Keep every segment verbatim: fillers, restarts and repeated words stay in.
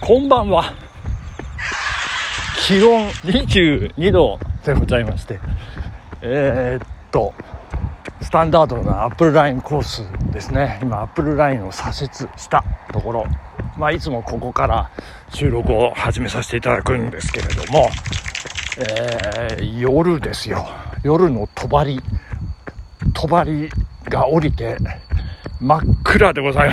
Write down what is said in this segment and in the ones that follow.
こんばんは。気温にじゅうにどでございまして、えー、っとスタンダードなアップルラインコースですね。今アップルラインを左折したところ、まあいつもここから収録を始めさせていただくんですけれども、えー、夜ですよ。夜の帳帳が降りて真っ暗でございます。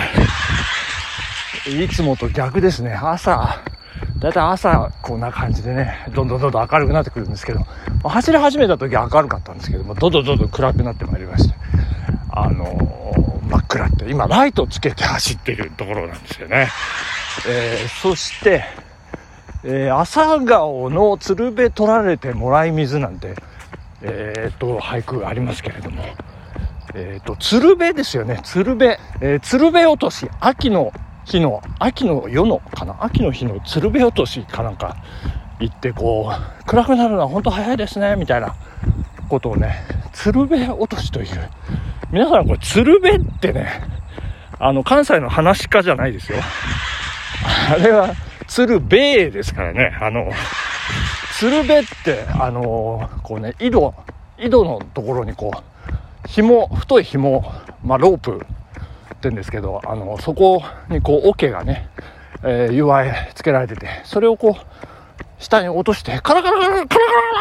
いつもと逆ですね。朝だいたい朝こんな感じでね、どんどんどんどん明るくなってくるんですけど、走り始めた時は明るかったんですけども、どんどんどんどん暗くなってまいりまして、あのー、真っ暗って、今ライトつけて走っているところなんですよね。えー、そして、えー、朝顔の鶴瓶取られてもらい水なんて、えー、と俳句ありますけれども、えー、と鶴瓶ですよね。鶴瓶、えー、鶴瓶落とし、秋の日の秋の夜のかな秋の日の鶴瓶落としかなんか言って、こう暗くなるのは本当早いですねみたいなことをね、鶴瓶落としという。皆さんこれ鶴瓶ってね、あの関西の話し家じゃないですよ。あれは鶴瓶ですからね。あの鶴瓶ってあのこうね、井戸井戸のところにこう紐太い紐、まあロープってんですけど、あのそこにこう桶がね、えー、湯わえつけられてて、それをこう下に落としてカラカラカラカラカ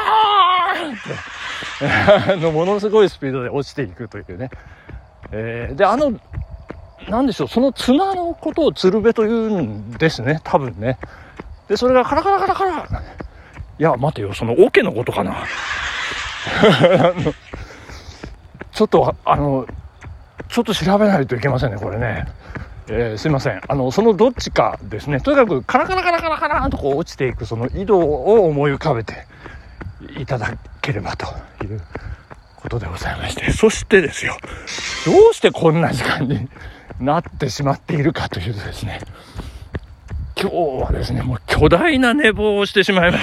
ラってあのものすごいスピードで落ちていくというね、えー、であのなんでしょう、その綱のことを鶴瓶というんですね、多分ね。でそれがカラカラカラカラ、いや待てよ、その桶のことかなあのちょっとあのちょっと調べないといけませんね、これね。えー、すいません。あのそのどっちかですね。とにかくカラカラカラカラカラとこう落ちていくその井戸を思い浮かべていただければということでございまして、そしてですよ、どうしてこんな時間になってしまっているかというとですね、今日はですね、もう巨大な寝坊をしてしまいま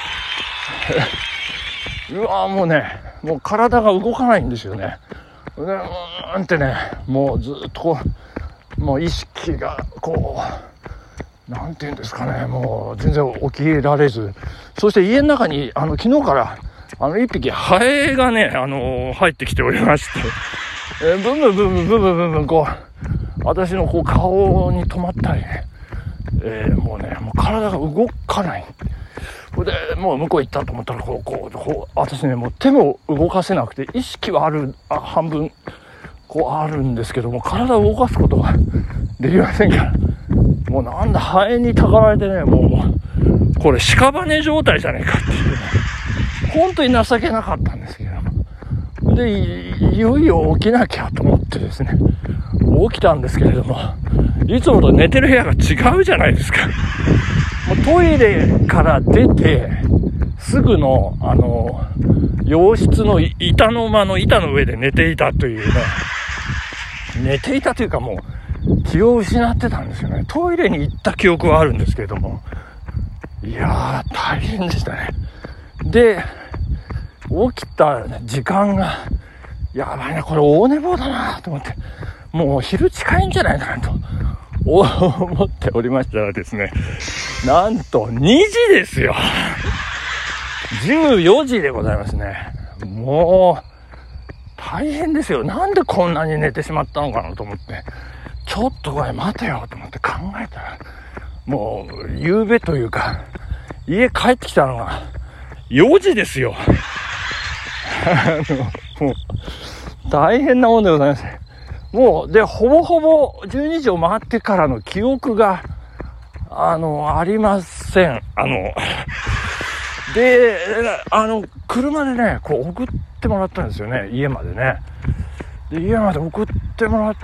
したうわもうね、もう体が動かないんですよね。うーんってね、もうずっとこう、もう意識がこう、なんていうんですかね、もう全然起きられず、そして家の中にあの昨日からあの一匹ハエがね、あのー、入ってきておりまして、えー、ブンブンブンブンブンブンブンブンこう私のこう顔に止まったりね、えー、もうね、もう体が動かない。でもう向こう行ったと思ったらこうこうこう私ね、もう手も動かせなくて、意識はあるあ半分こうあるんですけども、体を動かすことができませんから、もうなんだハエにたかられてね、もうこれ屍状態じゃねえかっていうね、本当に情けなかったんですけども、で い, いよいよ起きなきゃと思ってですね、起きたんですけれども、いつもと寝てる部屋が違うじゃないですか。もうトイレから出てすぐのあの洋室の板の間の板の上で寝ていたというね、寝ていたというかもう気を失ってたんですよね。トイレに行った記憶はあるんですけれども、いやー大変でしたね。で起きた時間がやばいな、これ大寝坊だなと思って、もう昼近いんじゃないかなと思っておりましたらですね、なんとにじですよじゅうよじでございますね。もう大変ですよ。なんでこんなに寝てしまったのかなと思って、ちょっとこれ待てよと思って考えたら、もう夕べというか家帰ってきたのがよじですよあのもう大変なもんでございます。もうでほぼほぼじゅうにじを回ってからの記憶があのありません。あのであの車でねこう送ってもらったんですよね、家までね。で家まで送ってもらって、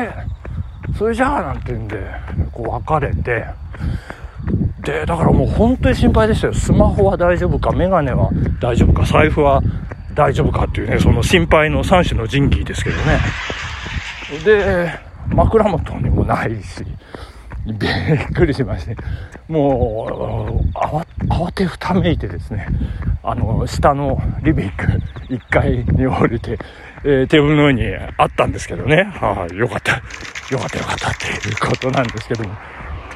それじゃあなんて言うんでこう別れて、でだからもう本当に心配でしたよ。スマホは大丈夫か、メガネは大丈夫か、財布は大丈夫かっていうね、その心配の三種の神器ですけどね。で枕元にもないし、びっくりしまして、もう慌慌てふためいてですね、あの下のリビングいっかいに降りて、えー、テーブルの上にあったんですけどね、はあ、よかったよかったよかったっていうことなんですけども、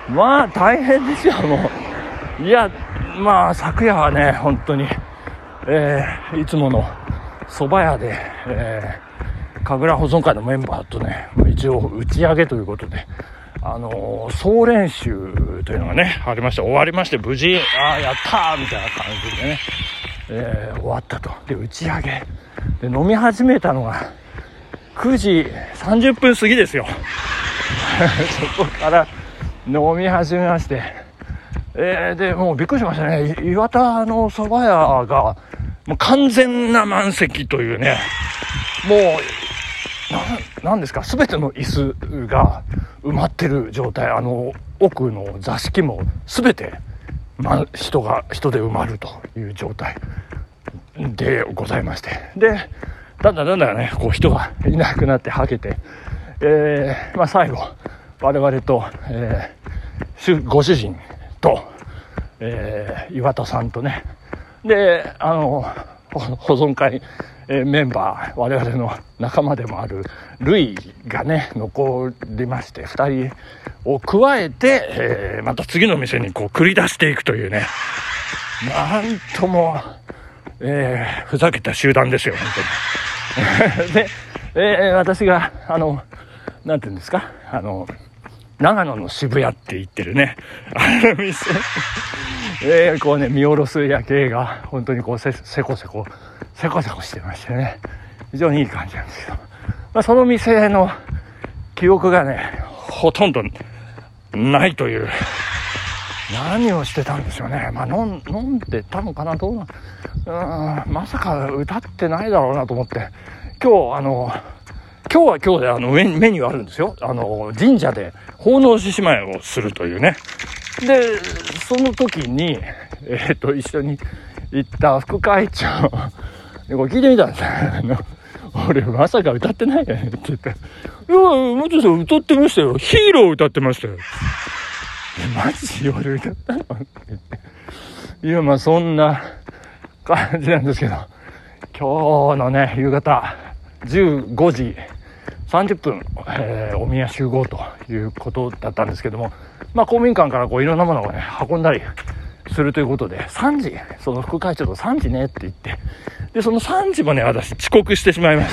まあ大変ですよもう。いやまあ昨夜はね本当に、えー、いつもの蕎麦屋で、えー、神楽保存会のメンバーとね一応打ち上げということで、あのー、総練習というのがねありまして、終わりまして無事あーやったーみたいな感じでね、えー、終わったと。で打ち上げで飲み始めたのがくじさんじゅっぷん過ぎですよそこから飲み始めまして、えー、でもうびっくりしましたね。岩田の蕎麦屋がもう完全な満席というね、もうななんですか、全ての椅子が埋まってる状態、あの奥の座敷も全て、ま、人が人で埋まるという状態でございまして、でだんだんだんだんねこう人がいなくなってはけて、えーまあ、最後我々と、えー、ご主人と、えー、岩田さんとね、であの保存会、えー、メンバー我々の仲間でもあるルイがね残りまして、ふたりを加えて、えー、また次の店にこう繰り出していくというね、なんとも、えー、ふざけた集団ですよ本当にで、えー、私があのなんていうんですか、あの長野の渋谷って言ってるねあの店えー、こうね見下ろす夜景が本当にこうせせこせこせこせこしてましてね、非常にいい感じなんですけど、まあ、その店の記憶がねほとんどないという、何をしてたんでしょうね。まあ飲ん、飲んでたのかな、どうな、うーん、まさか歌ってないだろうなと思って、今日あの今日は今日であのメニューあるんですよ。あの神社で奉納獅子舞をするというね。でその時にえっと一緒に行った副会長でこれ聞いてみたんですよ。あの俺まさか歌ってないよねって言って、いやもちろん歌ってましたよ、ヒーロー歌ってましたよ。マジ俺歌ったのって言って、いやまあそんな感じなんですけど、今日のね夕方じゅうごじさんじゅっぷん、えー、お宮集合ということだったんですけども、まあ公民館からこういろんなものをね運んだりするということで、さんじその副会長とさんじねって言って、でそのさんじもね私遅刻してしまいました。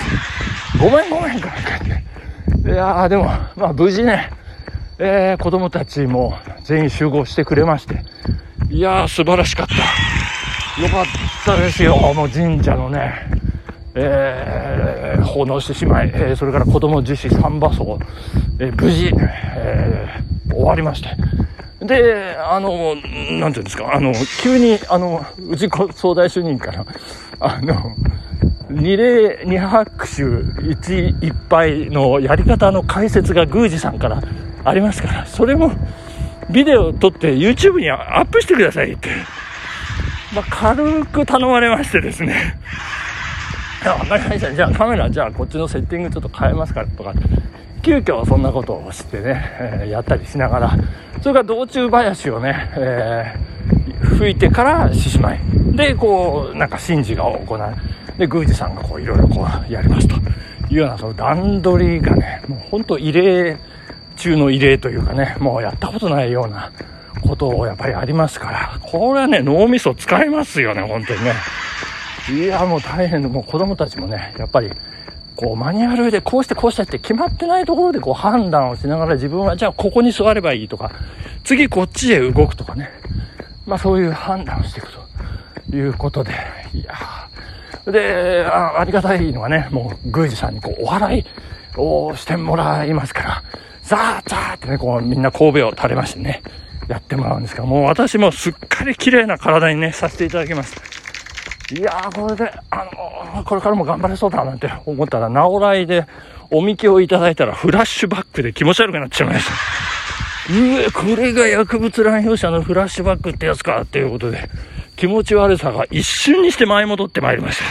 ごめんごめんから帰って、いやーでもまあ無事ね、えー、子供たちも全員集合してくれまして、いやー素晴らしかった、よかったですよ。もう神社のねえー、奉納してしまい、えー、それから子供自死三馬葬、えー、無事、えー、終わりまして、であのなんていうんですか、あの急にあの氏子総大主任からあの二礼二拍手一一杯のやり方の解説が宮司さんからありますから、それもビデオを撮って YouTube にアップしてくださいって、まあ、軽く頼まれましてですね、わかりました、じゃあカメラじゃあこっちのセッティングちょっと変えますからとか、急遽そんなことをしてね、えー、やったりしながら、それから道中林をね、えー、吹いてから獅子舞でこうなんか神事が行われ、で宮司さんがこういろいろこうやりますというような、その段取りがねもう本当異例中の異例というかね、もうやったことないようなことをやっぱりありますから、これはね脳みそ使いますよね本当にね。いやもう大変で、もう子供たちもねやっぱりこうマニュアルでこうしてこうしてって決まってないところでこう判断をしながら、自分はじゃあここに座ればいいとか、次こっちへ動くとかね、まあそういう判断をしていくということで、いやで あ, ありがたいのはね、もう宮司さんにこうお祓いをしてもらいますから、ザーザーってねこうみんな神戸を垂れましてねやってもらうんですけど、もう私もすっかり綺麗な体にねさせていただきます。いやーこれであのー、これからも頑張れそうだなんて思ったら、直来でおみきをいただいたらフラッシュバックで気持ち悪くなってしまいました。うえこれが薬物乱用者のフラッシュバックってやつかっていうことで、気持ち悪さが一瞬にして舞い戻ってまいりました。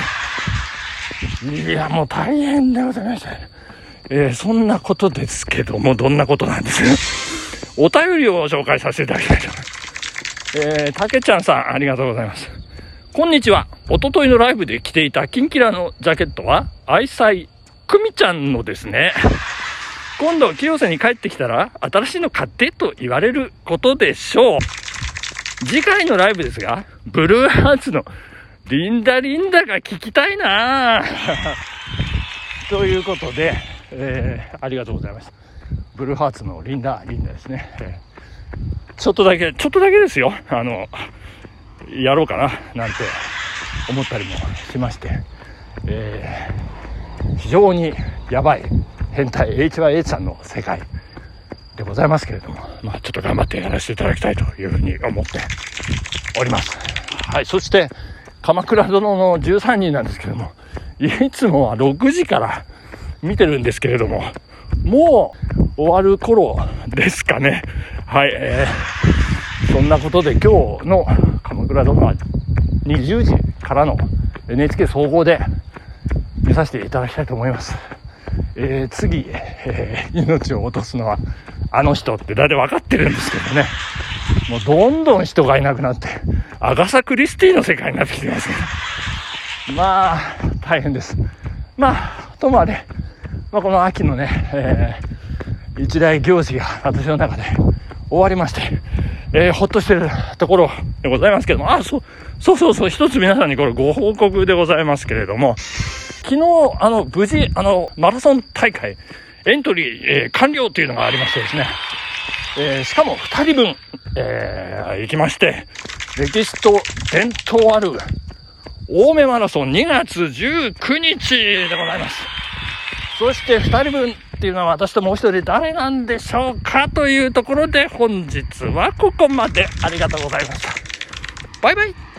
いやもう大変でございました、えー、そんなことですけども、どんなことなんですね。お便りを紹介させていただきたいと思います。えー、たけちゃんさんありがとうございます。こんにちは。おとといのライブで着ていたキンキラのジャケットは愛妻久美ちゃんのですね。 今度清瀬に帰ってきたら新しいの買ってと言われることでしょう。次回のライブですが、ブルーハーツのリンダリンダが聞きたいなということで、えー、ありがとうございます。ブルーハーツのリンダリンダですね、えー、ちょっとだけちょっとだけですよ、あのやろうかななんて思ったりもしまして、えー、非常にやばい変態 エイチワイエイチ さんの世界でございますけれども、まあちょっと頑張ってやらせていただきたいというふうに思っております。はい、そして鎌倉殿のじゅうさんにんなんですけども、いつもはろくじから見てるんですけれども、もう終わる頃ですかね。はい、えー、そんなことで今日の鎌倉殿はにじゅうじからの エヌエイチケー 総合で見させていただきたいと思います。えー、次、えー、命を落とすのはあの人って大体分かってるんですけどね、もうどんどん人がいなくなってアガサ・クリスティの世界になってきてますね。まあ大変です。まあともあれ、まあ、この秋のね、えー、一大行事が私の中で終わりまして、えー、ほっとしてるところでございますけども、あ、そう、そうそうそう、一つ皆さんにこれご報告でございますけれども、昨日、あの、無事、あの、マラソン大会、エントリー、えー、完了というのがありましてですね、えー、しかもふたりぶん、えー、行きまして、歴史と伝統ある青梅マラソンにがつじゅうくにちでございます。そしてふたりぶんっていうのは私ともう一人誰なんでしょうかというところで、本日はここまで。ありがとうございました。バイバイ。